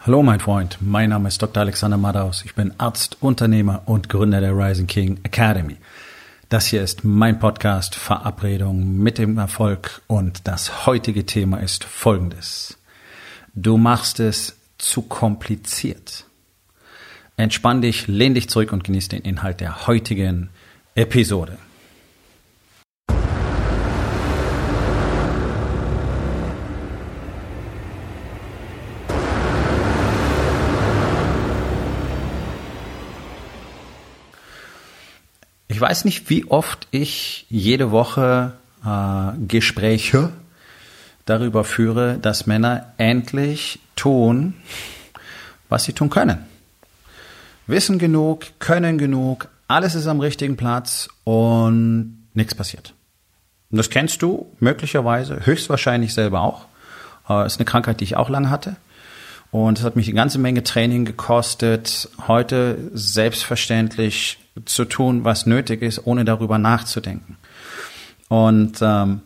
Hallo mein Freund, mein Name ist Dr. Alexander Madaus. Ich bin Arzt, Unternehmer und Gründer der Rising King Academy. Das hier ist mein Podcast Verabredung mit dem Erfolg und das heutige Thema ist folgendes. Du machst es zu kompliziert. Entspann dich, lehn dich zurück und genieß den Inhalt der heutigen Episode. Ich weiß nicht, wie oft ich jede Woche Gespräche darüber führe, dass Männer endlich tun, was sie tun können. Wissen genug, können genug, alles ist am richtigen Platz und nichts passiert. Und das kennst du möglicherweise, höchstwahrscheinlich selber auch. Ist eine Krankheit, die ich auch lange hatte. Und es hat mich eine ganze Menge Training gekostet, heute selbstverständlich zu tun, was nötig ist, ohne darüber nachzudenken. Und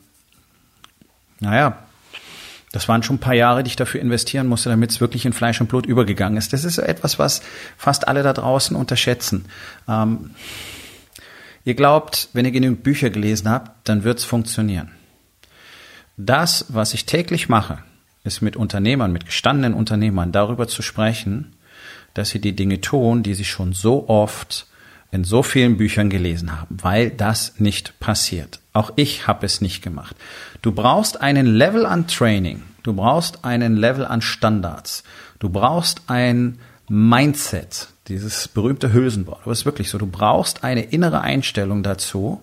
das waren schon ein paar Jahre, die ich dafür investieren musste, damit es wirklich in Fleisch und Blut übergegangen ist. Das ist etwas, was fast alle da draußen unterschätzen. Ihr glaubt, wenn ihr genügend Bücher gelesen habt, dann wird es funktionieren. Das, was ich täglich mache, ist mit Unternehmern, mit gestandenen Unternehmern darüber zu sprechen, dass sie die Dinge tun, die sie schon so oft in so vielen Büchern gelesen haben, weil das nicht passiert. Auch ich habe es nicht gemacht. Du brauchst einen Level an Training, du brauchst einen Level an Standards, du brauchst ein Mindset, dieses berühmte Hülsenwort. Aber es ist wirklich so, du brauchst eine innere Einstellung dazu,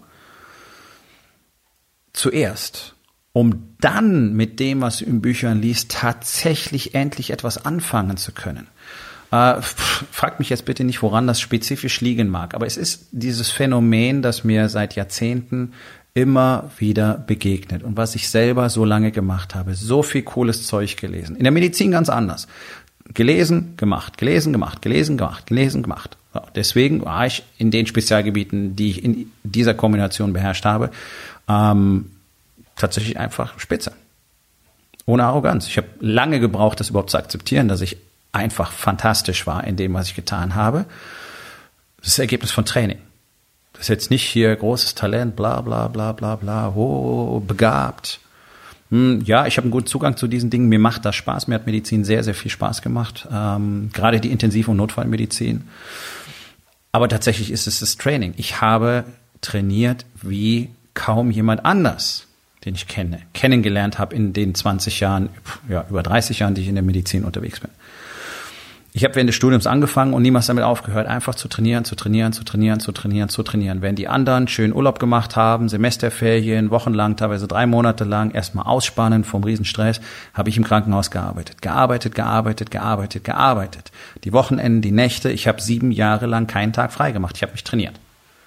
zuerst, um dann mit dem, was du in Büchern liest, tatsächlich endlich etwas anfangen zu können. Fragt mich jetzt bitte nicht, woran das spezifisch liegen mag, aber es ist dieses Phänomen, das mir seit Jahrzehnten immer wieder begegnet und was ich selber so lange gemacht habe. So viel cooles Zeug gelesen. In der Medizin ganz anders. Gelesen, gemacht, gelesen, gemacht, gelesen, gemacht, gelesen, gemacht. So, deswegen war ich in den Spezialgebieten, die ich in dieser Kombination beherrscht habe, tatsächlich einfach spitze. Ohne Arroganz. Ich habe lange gebraucht, das überhaupt zu akzeptieren, dass ich einfach fantastisch war in dem, was ich getan habe. Das ist das Ergebnis von Training. Das ist jetzt nicht hier großes Talent, bla bla bla bla bla, begabt. Ja, ich habe einen guten Zugang zu diesen Dingen. Mir macht das Spaß. Mir hat Medizin sehr, sehr viel Spaß gemacht. Gerade die Intensiv- und Notfallmedizin. Aber tatsächlich ist es das Training. Ich habe trainiert wie kaum jemand anders, den ich kennengelernt habe in den 20 Jahren, über 30 Jahren, die ich in der Medizin unterwegs bin. Ich habe während des Studiums angefangen und niemals damit aufgehört, einfach zu trainieren. Wenn die anderen schön Urlaub gemacht haben, Semesterferien, wochenlang, teilweise 3 Monate lang, erstmal ausspannen vom Riesenstress, habe ich im Krankenhaus gearbeitet. Die Wochenenden, die Nächte, ich habe 7 Jahre lang keinen Tag frei gemacht. Ich habe mich trainiert.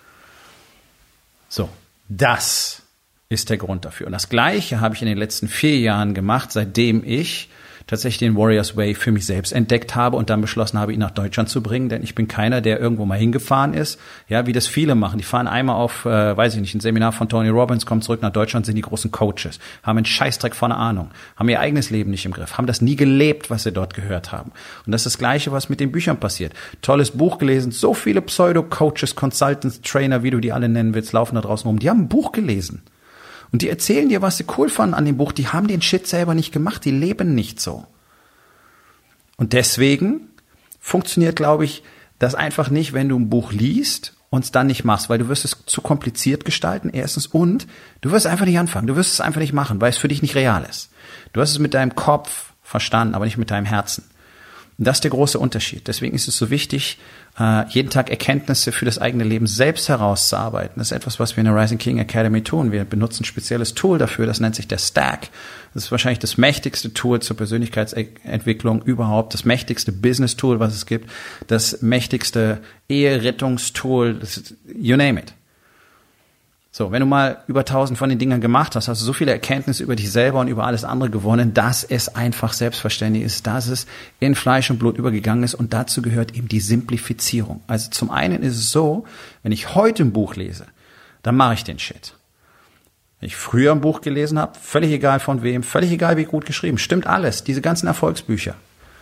So, das ist der Grund dafür. Und das Gleiche habe ich in den letzten 4 Jahren gemacht, seitdem ich tatsächlich den Warriors Way für mich selbst entdeckt habe und dann beschlossen habe, ihn nach Deutschland zu bringen, denn ich bin keiner, der irgendwo mal hingefahren ist, ja, wie das viele machen. Die fahren einmal auf, ein Seminar von Tony Robbins, kommen zurück nach Deutschland, sind die großen Coaches, haben einen Scheißdreck von einer Ahnung, haben ihr eigenes Leben nicht im Griff, haben das nie gelebt, was sie dort gehört haben. Und das ist das Gleiche, was mit den Büchern passiert. Tolles Buch gelesen, so viele Pseudo-Coaches, Consultants, Trainer, wie du die alle nennen willst, laufen da draußen rum. Die haben ein Buch gelesen. Und die erzählen dir, was sie cool fanden an dem Buch. Die haben den Shit selber nicht gemacht. Die leben nicht so. Und deswegen funktioniert, glaube ich, das einfach nicht, wenn du ein Buch liest und es dann nicht machst, weil du wirst es zu kompliziert gestalten, erstens, und du wirst einfach nicht anfangen. Du wirst es einfach nicht machen, weil es für dich nicht real ist. Du hast es mit deinem Kopf verstanden, aber nicht mit deinem Herzen. Und das ist der große Unterschied. Deswegen ist es so wichtig, jeden Tag Erkenntnisse für das eigene Leben selbst herauszuarbeiten. Das ist etwas, was wir in der Rising King Academy tun. Wir benutzen ein spezielles Tool dafür, das nennt sich der Stack. Das ist wahrscheinlich das mächtigste Tool zur Persönlichkeitsentwicklung überhaupt, das mächtigste Business-Tool, was es gibt, das mächtigste Eherettungstool, you name it. So, wenn du mal über 1000 von den Dingern gemacht hast, hast du so viele Erkenntnisse über dich selber und über alles andere gewonnen, dass es einfach selbstverständlich ist, dass es in Fleisch und Blut übergegangen ist, und dazu gehört eben die Simplifizierung. Also zum einen ist es so, wenn ich heute ein Buch lese, dann mache ich den Shit. Wenn ich früher ein Buch gelesen habe, völlig egal von wem, völlig egal wie gut geschrieben, stimmt alles, diese ganzen Erfolgsbücher.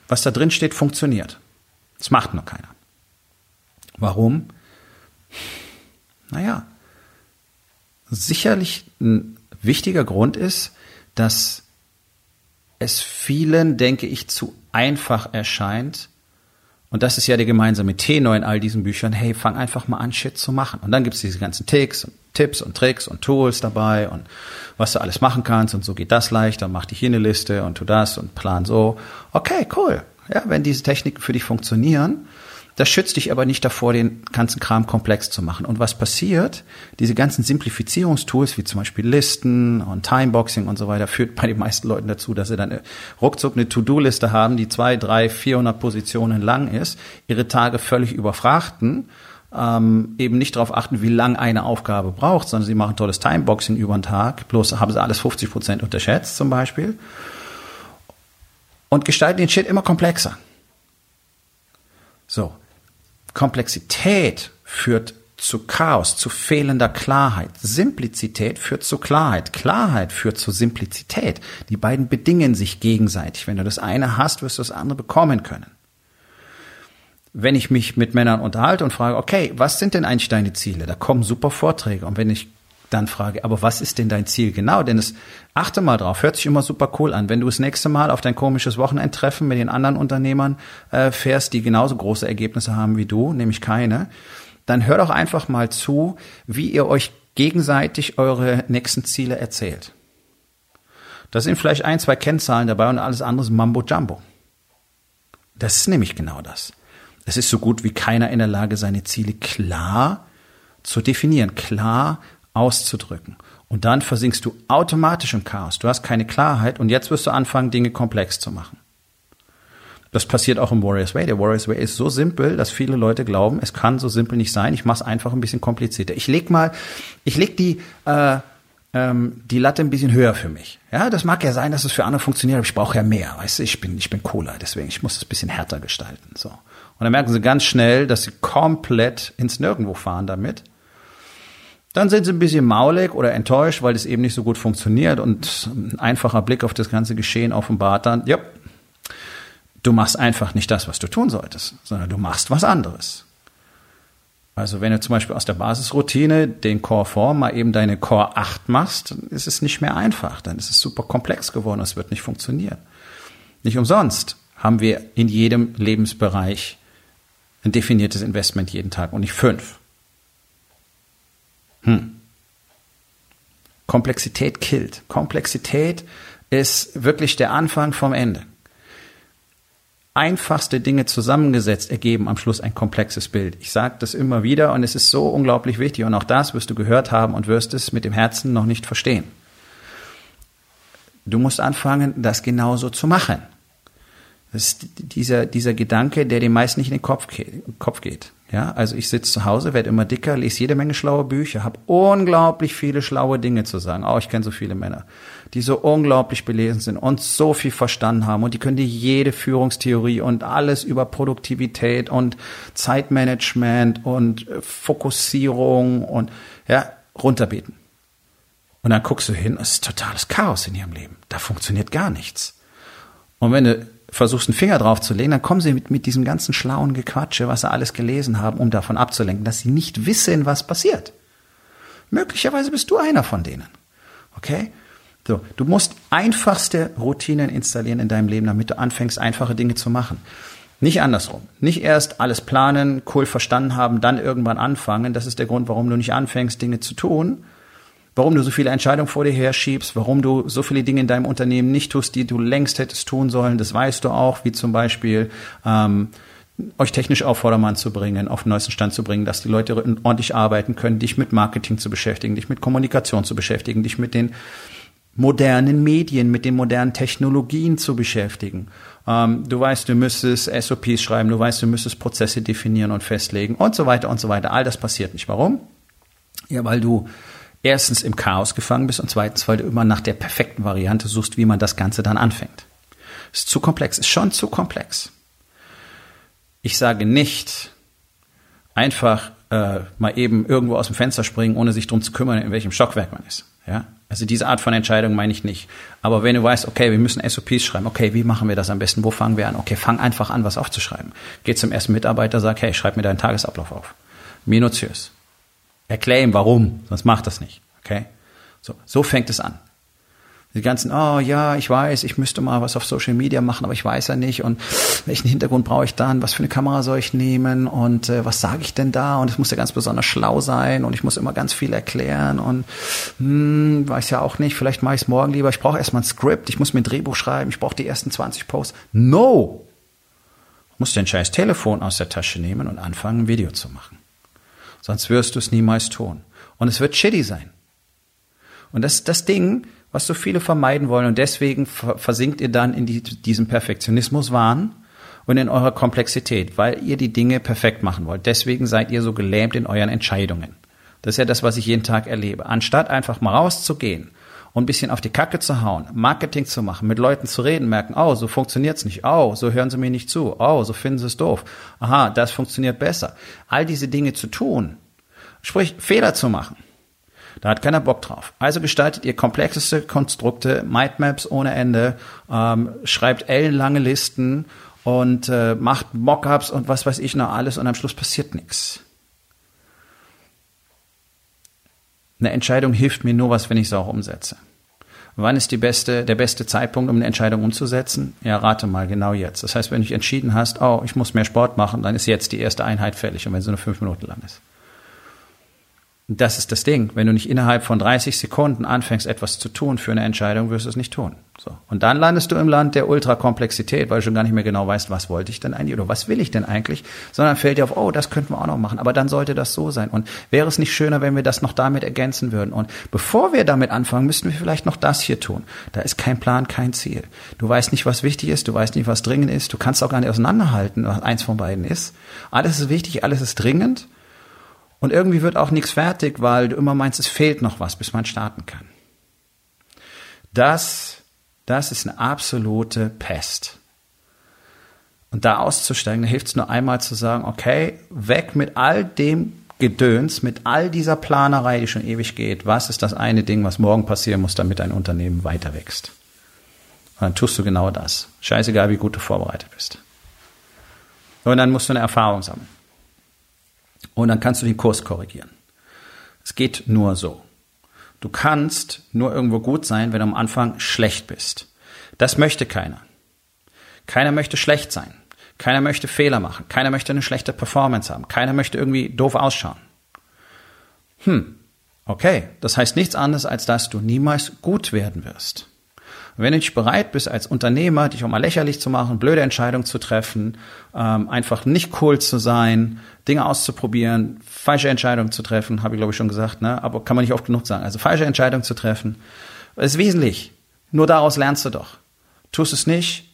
was da drin steht, funktioniert. Das macht nur keiner. Warum? Naja, sicherlich ein wichtiger Grund ist, dass es vielen, denke ich, zu einfach erscheint. Und das ist ja der gemeinsame Tenor in all diesen Büchern. Hey, fang einfach mal an, Shit zu machen. Und dann gibt's diese ganzen Tipps und Tricks und Tools dabei und was du alles machen kannst. Und so geht das leichter. Mach dich hier eine Liste und tu das und plan so. Okay, cool. Ja, wenn diese Techniken für dich funktionieren, das schützt dich aber nicht davor, den ganzen Kram komplex zu machen. Und was passiert? Diese ganzen Simplifizierungstools, wie zum Beispiel Listen und Timeboxing und so weiter, führt bei den meisten Leuten dazu, dass sie dann ruckzuck eine To-Do-Liste haben, die 200, 300, 400 Positionen lang ist, ihre Tage völlig überfrachten, eben nicht darauf achten, wie lang eine Aufgabe braucht, sondern sie machen tolles Timeboxing über den Tag, bloß haben sie alles 50% unterschätzt zum Beispiel und gestalten den Shit immer komplexer. So. Komplexität führt zu Chaos, zu fehlender Klarheit. Simplizität führt zu Klarheit. Klarheit führt zu Simplizität. Die beiden bedingen sich gegenseitig. Wenn du das eine hast, wirst du das andere bekommen können. Wenn ich mich mit Männern unterhalte und frage, okay, was sind denn eigentlich deine Ziele? Da kommen super Vorträge. Und wenn ich dann frage, aber was ist denn dein Ziel genau? Denn achte mal drauf, hört sich immer super cool an. Wenn du das nächste Mal auf dein komisches Wochenendtreffen mit den anderen Unternehmern fährst, die genauso große Ergebnisse haben wie du, nämlich keine, dann hör doch einfach mal zu, wie ihr euch gegenseitig eure nächsten Ziele erzählt. Da sind vielleicht 1, 2 Kennzahlen dabei und alles andere ist Mambo Jumbo. Das ist nämlich genau das. Es ist so gut wie keiner in der Lage, seine Ziele klar zu definieren, klar auszudrücken. Und dann versinkst du automatisch im Chaos. Du hast keine Klarheit und jetzt wirst du anfangen, Dinge komplex zu machen. Das passiert auch im Warriors Way. Der Warriors Way ist so simpel, dass viele Leute glauben, es kann so simpel nicht sein. Ich mache es einfach ein bisschen komplizierter. Ich leg die Latte ein bisschen höher für mich. Ja, das mag ja sein, dass es für andere funktioniert, aber ich brauche ja mehr. Weißt du, ich bin Cola, deswegen ich muss es ein bisschen härter gestalten. So. Und dann merken sie ganz schnell, dass sie komplett ins Nirgendwo fahren damit. Dann sind sie ein bisschen maulig oder enttäuscht, weil das eben nicht so gut funktioniert und ein einfacher Blick auf das ganze Geschehen offenbart dann, ja, du machst einfach nicht das, was du tun solltest, sondern du machst was anderes. Also wenn du zum Beispiel aus der Basisroutine den Core 4 mal eben deine Core 8 machst, dann ist es nicht mehr einfach, dann ist es super komplex geworden, es wird nicht funktionieren. Nicht umsonst haben wir in jedem Lebensbereich ein definiertes Investment jeden Tag und nicht 5. Komplexität killt. Komplexität ist wirklich der Anfang vom Ende. Einfachste Dinge zusammengesetzt ergeben am Schluss ein komplexes Bild. Ich sage das immer wieder und es ist so unglaublich wichtig und auch das wirst du gehört haben und wirst es mit dem Herzen noch nicht verstehen. Du musst anfangen, das genauso zu machen. Das ist dieser Gedanke, der den meisten nicht in den Kopf geht. Ja, also ich sitze zu Hause, werde immer dicker, lese jede Menge schlaue Bücher, habe unglaublich viele schlaue Dinge zu sagen. Auch ich kenne so viele Männer, die so unglaublich belesen sind und so viel verstanden haben und die können dir jede Führungstheorie und alles über Produktivität und Zeitmanagement und Fokussierung und ja runterbeten. Und dann guckst du hin, es ist totales Chaos in ihrem Leben. Da funktioniert gar nichts. Und wenn du versuchst, einen Finger drauf zu legen, dann kommen sie mit diesem ganzen schlauen Gequatsche, was sie alles gelesen haben, um davon abzulenken, dass sie nicht wissen, was passiert. Möglicherweise bist du einer von denen. Okay? So, du musst einfachste Routinen installieren in deinem Leben, damit du anfängst, einfache Dinge zu machen. Nicht andersrum. Nicht erst alles planen, cool verstanden haben, dann irgendwann anfangen. Das ist der Grund, warum du nicht anfängst, Dinge zu tun. Warum du so viele Entscheidungen vor dir herschiebst, warum du so viele Dinge in deinem Unternehmen nicht tust, die du längst hättest tun sollen, das weißt du auch, wie zum Beispiel euch technisch auf Vordermann zu bringen, auf den neuesten Stand zu bringen, dass die Leute ordentlich arbeiten können, dich mit Marketing zu beschäftigen, dich mit Kommunikation zu beschäftigen, dich mit den modernen Medien, mit den modernen Technologien zu beschäftigen. Du weißt, du müsstest SOPs schreiben, du weißt, du müsstest Prozesse definieren und festlegen und so weiter und so weiter. All das passiert nicht. Warum? Ja, weil du erstens im Chaos gefangen bist und zweitens, weil du immer nach der perfekten Variante suchst, wie man das Ganze dann anfängt. Ist zu komplex, ist schon zu komplex. Ich sage nicht, einfach mal eben irgendwo aus dem Fenster springen, ohne sich drum zu kümmern, in welchem Stockwerk man ist. Ja? Also diese Art von Entscheidung meine ich nicht. Aber wenn du weißt, okay, wir müssen SOPs schreiben, okay, wie machen wir das am besten, wo fangen wir an? Okay, fang einfach an, was aufzuschreiben. Geh zum ersten Mitarbeiter, sag, hey, schreib mir deinen Tagesablauf auf. Minutiös. Erklär ihm, warum, sonst macht das nicht. Okay? So fängt es an. Die ganzen, oh ja, ich weiß, ich müsste mal was auf Social Media machen, aber ich weiß ja nicht und welchen Hintergrund brauche ich dann, was für eine Kamera soll ich nehmen und was sage ich denn da und es muss ja ganz besonders schlau sein und ich muss immer ganz viel erklären und weiß ja auch nicht, vielleicht mache ich es morgen lieber, ich brauche erstmal ein Skript, ich muss mir ein Drehbuch schreiben, ich brauche die ersten 20 Posts. No! Du musst dein scheiß Telefon aus der Tasche nehmen und anfangen, ein Video zu machen. Sonst wirst du es niemals tun. Und es wird shitty sein. Und das ist das Ding, was so viele vermeiden wollen. Und deswegen versinkt ihr dann in diesem Perfektionismuswahn und in eurer Komplexität, weil ihr die Dinge perfekt machen wollt. Deswegen seid ihr so gelähmt in euren Entscheidungen. Das ist ja das, was ich jeden Tag erlebe. Anstatt einfach mal rauszugehen und ein bisschen auf die Kacke zu hauen, Marketing zu machen, mit Leuten zu reden, merken, oh, so funktioniert's nicht. Oh, so hören sie mir nicht zu. Oh, so finden sie es doof. Aha, das funktioniert besser. All diese Dinge zu tun, sprich Fehler zu machen. Da hat keiner Bock drauf. Also gestaltet ihr komplexeste Konstrukte, Mindmaps ohne Ende, schreibt ellenlange Listen und macht Mockups und was weiß ich noch alles und am Schluss passiert nichts. Eine Entscheidung hilft mir nur was, wenn ich es auch umsetze. Wann ist der beste Zeitpunkt, um eine Entscheidung umzusetzen? Ja, rate mal, genau jetzt. Das heißt, wenn du dich entschieden hast, oh, ich muss mehr Sport machen, dann ist jetzt die erste Einheit fällig und wenn sie nur 5 Minuten lang ist. Das ist das Ding. Wenn du nicht innerhalb von 30 Sekunden anfängst, etwas zu tun für eine Entscheidung, wirst du es nicht tun. So. Und dann landest du im Land der Ultrakomplexität, weil du schon gar nicht mehr genau weißt, was wollte ich denn eigentlich oder was will ich denn eigentlich, sondern fällt dir auf, oh, das könnten wir auch noch machen, aber dann sollte das so sein. Und wäre es nicht schöner, wenn wir das noch damit ergänzen würden? Und bevor wir damit anfangen, müssten wir vielleicht noch das hier tun. Da ist kein Plan, kein Ziel. Du weißt nicht, was wichtig ist, du weißt nicht, was dringend ist, du kannst auch gar nicht auseinanderhalten, was eins von beiden ist. Alles ist wichtig, alles ist dringend. Und irgendwie wird auch nichts fertig, weil du immer meinst, es fehlt noch was, bis man starten kann. Das ist eine absolute Pest. Und da auszusteigen, da hilft es nur einmal zu sagen, okay, weg mit all dem Gedöns, mit all dieser Planerei, die schon ewig geht. Was ist das eine Ding, was morgen passieren muss, damit dein Unternehmen weiter wächst? Und dann tust du genau das. Scheißegal, wie gut du vorbereitet bist. Und dann musst du eine Erfahrung sammeln. Und dann kannst du den Kurs korrigieren. Es geht nur so. Du kannst nur irgendwo gut sein, wenn du am Anfang schlecht bist. Das möchte keiner. Keiner möchte schlecht sein. Keiner möchte Fehler machen. Keiner möchte eine schlechte Performance haben. Keiner möchte irgendwie doof ausschauen. Okay. Das heißt nichts anderes, als dass du niemals gut werden wirst. Und wenn du nicht bereit bist, als Unternehmer dich auch mal lächerlich zu machen, blöde Entscheidungen zu treffen, einfach nicht cool zu sein, Dinge auszuprobieren, falsche Entscheidungen zu treffen, habe ich glaube ich schon gesagt, ne? Aber kann man nicht oft genug sagen. Also falsche Entscheidungen zu treffen, ist wesentlich. Nur daraus lernst du doch. Tust es nicht,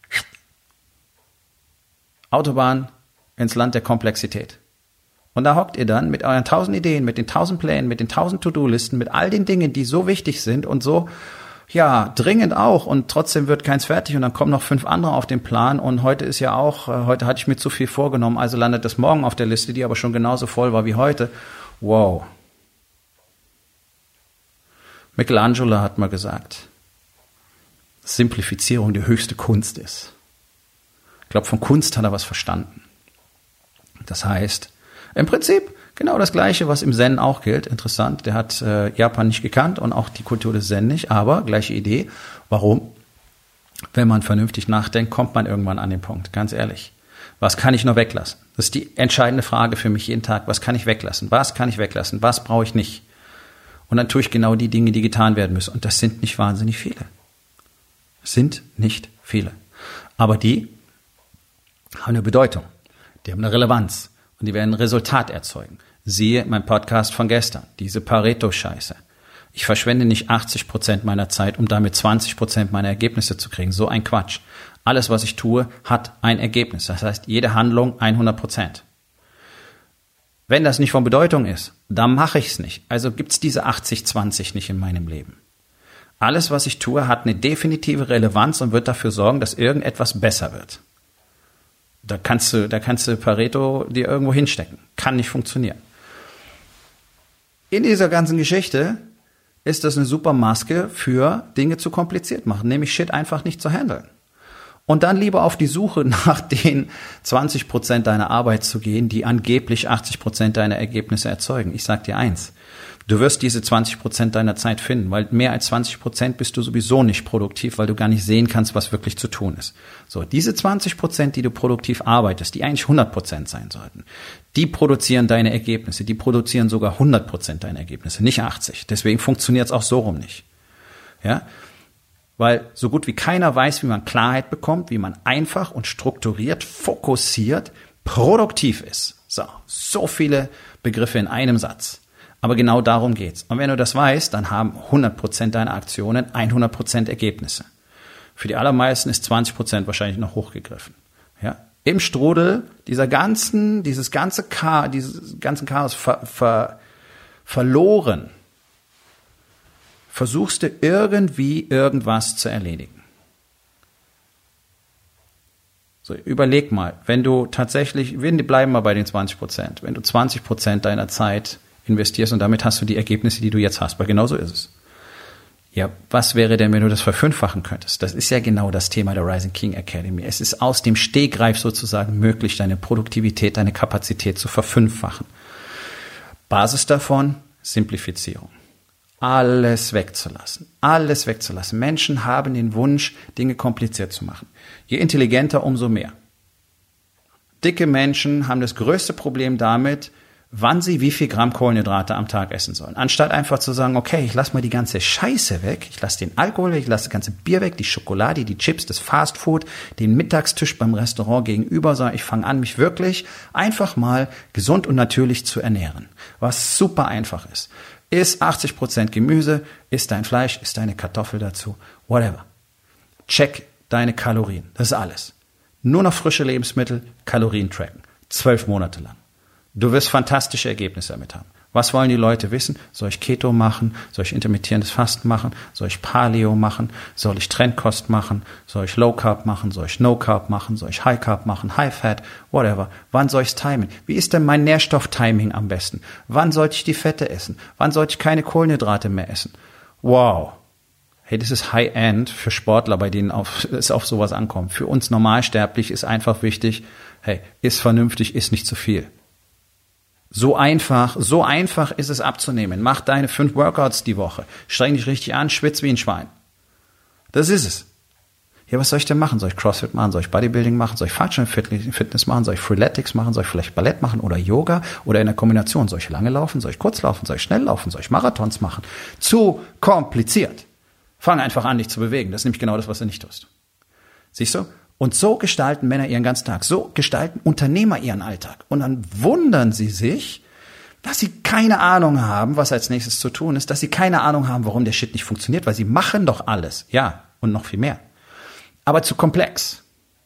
Autobahn ins Land der Komplexität. Und da hockt ihr dann mit euren 1000 Ideen, mit den 1000 Plänen, mit den 1000 To-Do-Listen, mit all den Dingen, die so wichtig sind und so ja, dringend auch und trotzdem wird keins fertig und dann kommen noch 5 andere auf den Plan und heute ist ja auch, heute hatte ich mir zu viel vorgenommen, also landet das morgen auf der Liste, die aber schon genauso voll war wie heute. Wow. Michelangelo hat mal gesagt, dass Simplifizierung die höchste Kunst ist. Ich glaube, von Kunst hat er was verstanden. Das heißt, im Prinzip genau das Gleiche, was im Zen auch gilt. Interessant, der hat Japan nicht gekannt und auch die Kultur des Zen nicht, aber gleiche Idee. Warum? Wenn man vernünftig nachdenkt, kommt man irgendwann an den Punkt, ganz ehrlich. Was kann ich noch weglassen? Das ist die entscheidende Frage für mich jeden Tag. Was kann ich weglassen? Was kann ich weglassen? Was brauche ich nicht? Und dann tue ich genau die Dinge, die getan werden müssen. Und das sind nicht wahnsinnig viele. Es sind nicht viele. Aber die haben eine Bedeutung. Die haben eine Relevanz. Und die werden ein Resultat erzeugen. Siehe mein Podcast von gestern, diese Pareto-Scheiße. Ich verschwende nicht 80% meiner Zeit, um damit 20% meiner Ergebnisse zu kriegen. So ein Quatsch. Alles, was ich tue, hat ein Ergebnis. Das heißt, jede Handlung 100%. Wenn das nicht von Bedeutung ist, dann mache ich es nicht. Also gibt es diese 80-20 nicht in meinem Leben. Alles, was ich tue, hat eine definitive Relevanz und wird dafür sorgen, dass irgendetwas besser wird. Da kannst du Pareto dir irgendwo hinstecken. Kann nicht funktionieren. In dieser ganzen Geschichte ist das eine super Maske für Dinge zu kompliziert machen, nämlich Shit einfach nicht zu handeln. Und dann lieber auf die Suche nach den 20% deiner Arbeit zu gehen, die angeblich 80% deiner Ergebnisse erzeugen. Ich sag dir eins, du wirst diese 20% deiner Zeit finden, weil mehr als 20% bist du sowieso nicht produktiv, weil du gar nicht sehen kannst, was wirklich zu tun ist. So, diese 20%, die du produktiv arbeitest, die eigentlich 100% sein sollten, die produzieren deine Ergebnisse, die produzieren sogar 100% deiner Ergebnisse, nicht 80. Deswegen funktioniert es auch so rum nicht. Ja? Weil so gut wie keiner weiß, wie man Klarheit bekommt, wie man einfach und strukturiert, fokussiert, produktiv ist. So viele Begriffe in einem Satz. Aber genau darum geht's. Und wenn du das weißt, dann haben 100% deiner Aktionen 100% Ergebnisse. Für die allermeisten ist 20% wahrscheinlich noch hochgegriffen. Ja? Im Strudel dieses ganze Chaos verloren, versuchst du irgendwie irgendwas zu erledigen. So, überleg mal, wenn du tatsächlich, wir bleiben mal bei den 20%, wenn du 20% deiner Zeit investierst und damit hast du die Ergebnisse, die du jetzt hast, weil genau so ist es. Ja, was wäre denn, wenn du das verfünffachen könntest? Das ist ja genau das Thema der Rising King Academy. Es ist aus dem Stegreif sozusagen möglich, deine Produktivität, deine Kapazität zu verfünffachen. Basis davon, Simplifizierung. Alles wegzulassen. Alles wegzulassen. Menschen haben den Wunsch, Dinge kompliziert zu machen. Je intelligenter, umso mehr. Dicke Menschen haben das größte Problem damit, wann sie wie viel Gramm Kohlenhydrate am Tag essen sollen. Anstatt einfach zu sagen, okay, ich lasse mal die ganze Scheiße weg, ich lasse den Alkohol weg, ich lasse das ganze Bier weg, die Schokolade, die Chips, das Fastfood, den Mittagstisch beim Restaurant gegenüber, sondern ich fange an, mich wirklich einfach mal gesund und natürlich zu ernähren. Was super einfach ist. Iss 80% Gemüse, iss dein Fleisch, iss deine Kartoffel dazu, whatever. Check deine Kalorien, das ist alles. Nur noch frische Lebensmittel, Kalorien tracken. 12 Monate lang. Du wirst fantastische Ergebnisse damit haben. Was wollen die Leute wissen? Soll ich Keto machen? Soll ich intermittierendes Fasten machen? Soll ich Paleo machen? Soll ich Trendkost machen? Soll ich Low Carb machen? Soll ich No Carb machen? Soll ich High Carb machen? High Fat? Whatever. Wann soll ich es timen? Wie ist denn mein Nährstofftiming am besten? Wann sollte ich die Fette essen? Wann sollte ich keine Kohlenhydrate mehr essen? Wow. Hey, das ist High-End für Sportler, bei denen es auf sowas ankommt. Für uns Normalsterblich ist einfach wichtig, hey, iss vernünftig, iss nicht zu viel. So einfach ist es abzunehmen. Mach deine 5 Workouts die Woche. Streng dich richtig an, schwitz wie ein Schwein. Das ist es. Ja, was soll ich denn machen? Soll ich CrossFit machen? Soll ich Bodybuilding machen? Soll ich Functional Fitness machen? Soll ich Freeletics machen? Soll ich vielleicht Ballett machen oder Yoga? Oder in der Kombination, soll ich lange laufen? Soll ich kurz laufen? Soll ich schnell laufen? Soll ich Marathons machen? Zu kompliziert. Fang einfach an, dich zu bewegen. Das ist nämlich genau das, was du nicht tust. Siehst du? Und so gestalten Männer ihren ganzen Tag, so gestalten Unternehmer ihren Alltag. Und dann wundern sie sich, dass sie keine Ahnung haben, was als nächstes zu tun ist, dass sie keine Ahnung haben, warum der Shit nicht funktioniert, weil sie machen doch alles. Ja, und noch viel mehr. Aber zu komplex.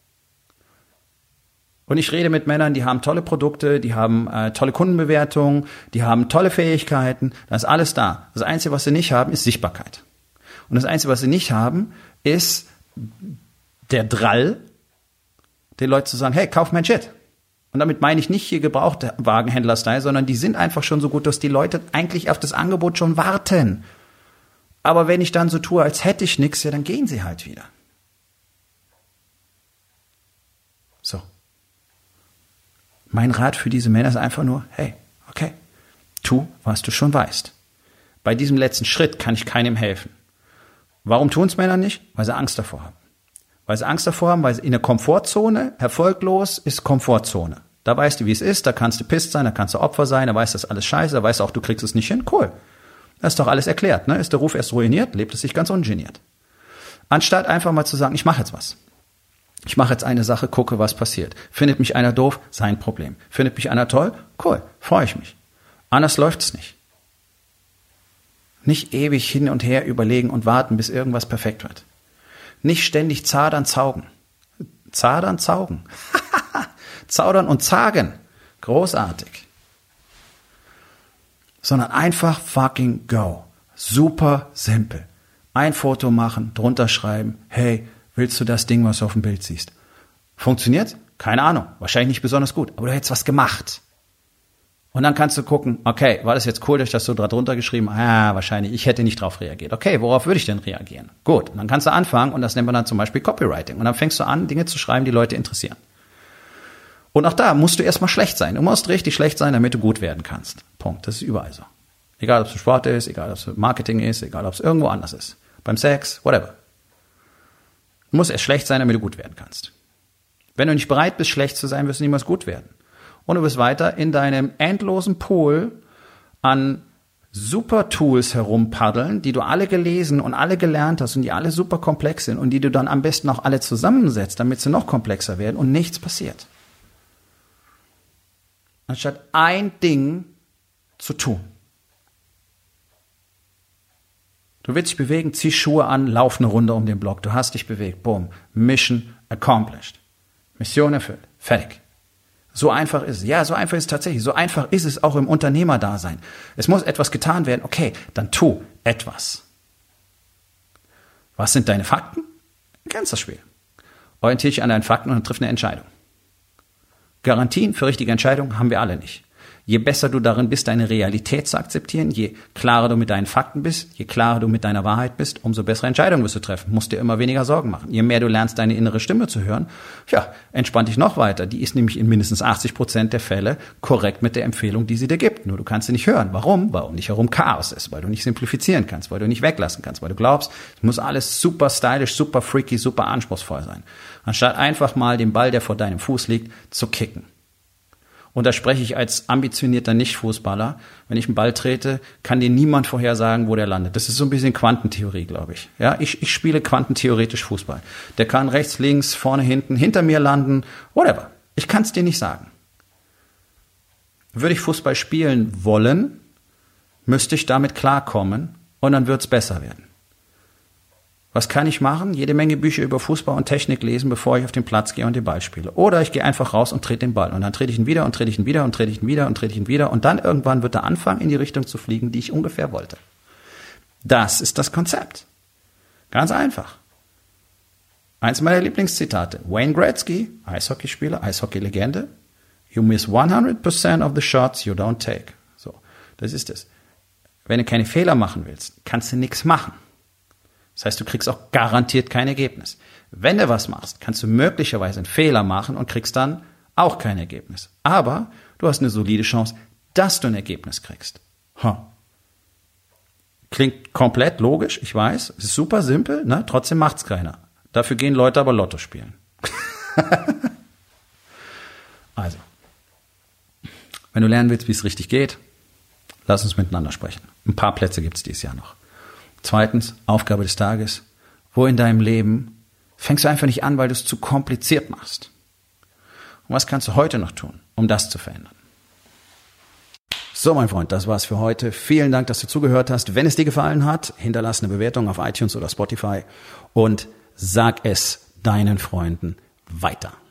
Und ich rede mit Männern, die haben tolle Produkte, die haben tolle Kundenbewertungen, die haben tolle Fähigkeiten, da ist alles da. Das Einzige, was sie nicht haben, ist Sichtbarkeit. Und das Einzige, was sie nicht haben, ist der Drall, den Leuten zu sagen, hey, kauf mein Shit. Und damit meine ich nicht hier Gebrauchtwagenhändler-Style, sondern die sind einfach schon so gut, dass die Leute eigentlich auf das Angebot schon warten. Aber wenn ich dann so tue, als hätte ich nichts, ja, dann gehen sie halt wieder. So. Mein Rat für diese Männer ist einfach nur, hey, okay, tu, was du schon weißt. Bei diesem letzten Schritt kann ich keinem helfen. Warum tun es Männer nicht? Weil sie Angst davor haben. Weil sie Angst davor haben, weil sie in der Komfortzone, erfolglos ist Komfortzone. Da weißt du, wie es ist, da kannst du pisst sein, da kannst du Opfer sein, da weißt du, das ist alles scheiße, da weißt du auch, du kriegst es nicht hin, cool. Das ist doch alles erklärt, ne? Ist der Ruf erst ruiniert, lebt es sich ganz ungeniert. Anstatt einfach mal zu sagen, ich mache jetzt was. Ich mache jetzt eine Sache, gucke, was passiert. Findet mich einer doof? Sein Problem. Findet mich einer toll? Cool, freue ich mich. Anders läuft's nicht. Nicht ewig hin und her überlegen und warten, bis irgendwas perfekt wird. Nicht ständig zadern, zaugen. Zadern, zaugen. Zaudern und zagen. Großartig. Sondern einfach fucking go. Super simpel. Ein Foto machen, drunter schreiben, hey, willst du das Ding, was du auf dem Bild siehst? Funktioniert? Keine Ahnung. Wahrscheinlich nicht besonders gut. Aber du hättest was gemacht. Und dann kannst du gucken, okay, war das jetzt cool, dass ich das so drunter geschrieben? Wahrscheinlich, ich hätte nicht drauf reagiert. Okay, worauf würde ich denn reagieren? Gut, und dann kannst du anfangen und das nennt man dann zum Beispiel Copywriting. Und dann fängst du an, Dinge zu schreiben, die Leute interessieren. Und auch da musst du erstmal schlecht sein. Du musst richtig schlecht sein, damit du gut werden kannst. Punkt. Das ist überall so. Egal, ob es Sport ist, egal, ob es Marketing ist, egal, ob es irgendwo anders ist. Beim Sex, whatever. Du musst erst schlecht sein, damit du gut werden kannst. Wenn du nicht bereit bist, schlecht zu sein, wirst du niemals gut werden. Und du wirst weiter in deinem endlosen Pool an super Tools herumpaddeln, die du alle gelesen und alle gelernt hast und die alle super komplex sind und die du dann am besten auch alle zusammensetzt, damit sie noch komplexer werden und nichts passiert. Anstatt ein Ding zu tun. Du willst dich bewegen, zieh Schuhe an, lauf eine Runde um den Block. Du hast dich bewegt. Boom. Mission accomplished. Mission erfüllt. Fertig. So einfach ist es. Ja, so einfach ist es tatsächlich. So einfach ist es auch im Unternehmerdasein. Es muss etwas getan werden. Okay, dann tu etwas. Was sind deine Fakten? Du kennst das Spiel. Orientiere dich an deinen Fakten und triff eine Entscheidung. Garantien für richtige Entscheidungen haben wir alle nicht. Je besser du darin bist, deine Realität zu akzeptieren, je klarer du mit deinen Fakten bist, je klarer du mit deiner Wahrheit bist, umso bessere Entscheidungen wirst du treffen. Musst dir immer weniger Sorgen machen. Je mehr du lernst, deine innere Stimme zu hören, entspann dich noch weiter. Die ist nämlich in mindestens 80% der Fälle korrekt mit der Empfehlung, die sie dir gibt. Nur du kannst sie nicht hören. Warum? Weil um dich herum Chaos ist, weil du nicht simplifizieren kannst, weil du nicht weglassen kannst, weil du glaubst, es muss alles super stylisch, super freaky, super anspruchsvoll sein. Anstatt einfach mal den Ball, der vor deinem Fuß liegt, zu kicken. Und da spreche ich als ambitionierter Nicht-Fußballer. Wenn ich einen Ball trete, kann dir niemand vorhersagen, wo der landet. Das ist so ein bisschen Quantentheorie, glaube ich. Ja, ich spiele quantentheoretisch Fußball. Der kann rechts, links, vorne, hinten, hinter mir landen, whatever. Ich kann es dir nicht sagen. Würde ich Fußball spielen wollen, müsste ich damit klarkommen und dann wird es besser werden. Was kann ich machen? Jede Menge Bücher über Fußball und Technik lesen, bevor ich auf den Platz gehe und den Ball spiele. Oder ich gehe einfach raus und trete den Ball. Und dann trete ich ihn wieder und trete ich ihn wieder und trete ich ihn wieder und trete ich ihn wieder. Und dann irgendwann wird er anfangen, in die Richtung zu fliegen, die ich ungefähr wollte. Das ist das Konzept. Ganz einfach. Eins meiner Lieblingszitate. Wayne Gretzky, Eishockeyspieler, Eishockey-Legende. You miss 100% of the shots you don't take. So, das ist es. Wenn du keine Fehler machen willst, kannst du nichts machen. Das heißt, du kriegst auch garantiert kein Ergebnis. Wenn du was machst, kannst du möglicherweise einen Fehler machen und kriegst dann auch kein Ergebnis. Aber du hast eine solide Chance, dass du ein Ergebnis kriegst. Klingt komplett logisch, ich weiß. Es ist super simpel, ne? Trotzdem macht's keiner. Dafür gehen Leute aber Lotto spielen. Also, wenn du lernen willst, wie es richtig geht, lass uns miteinander sprechen. Ein paar Plätze gibt's dieses Jahr noch. Zweitens, Aufgabe des Tages. Wo in deinem Leben fängst du einfach nicht an, weil du es zu kompliziert machst? Und was kannst du heute noch tun, um das zu verändern? So, mein Freund, das war's für heute. Vielen Dank, dass du zugehört hast. Wenn es dir gefallen hat, hinterlass eine Bewertung auf iTunes oder Spotify und sag es deinen Freunden weiter.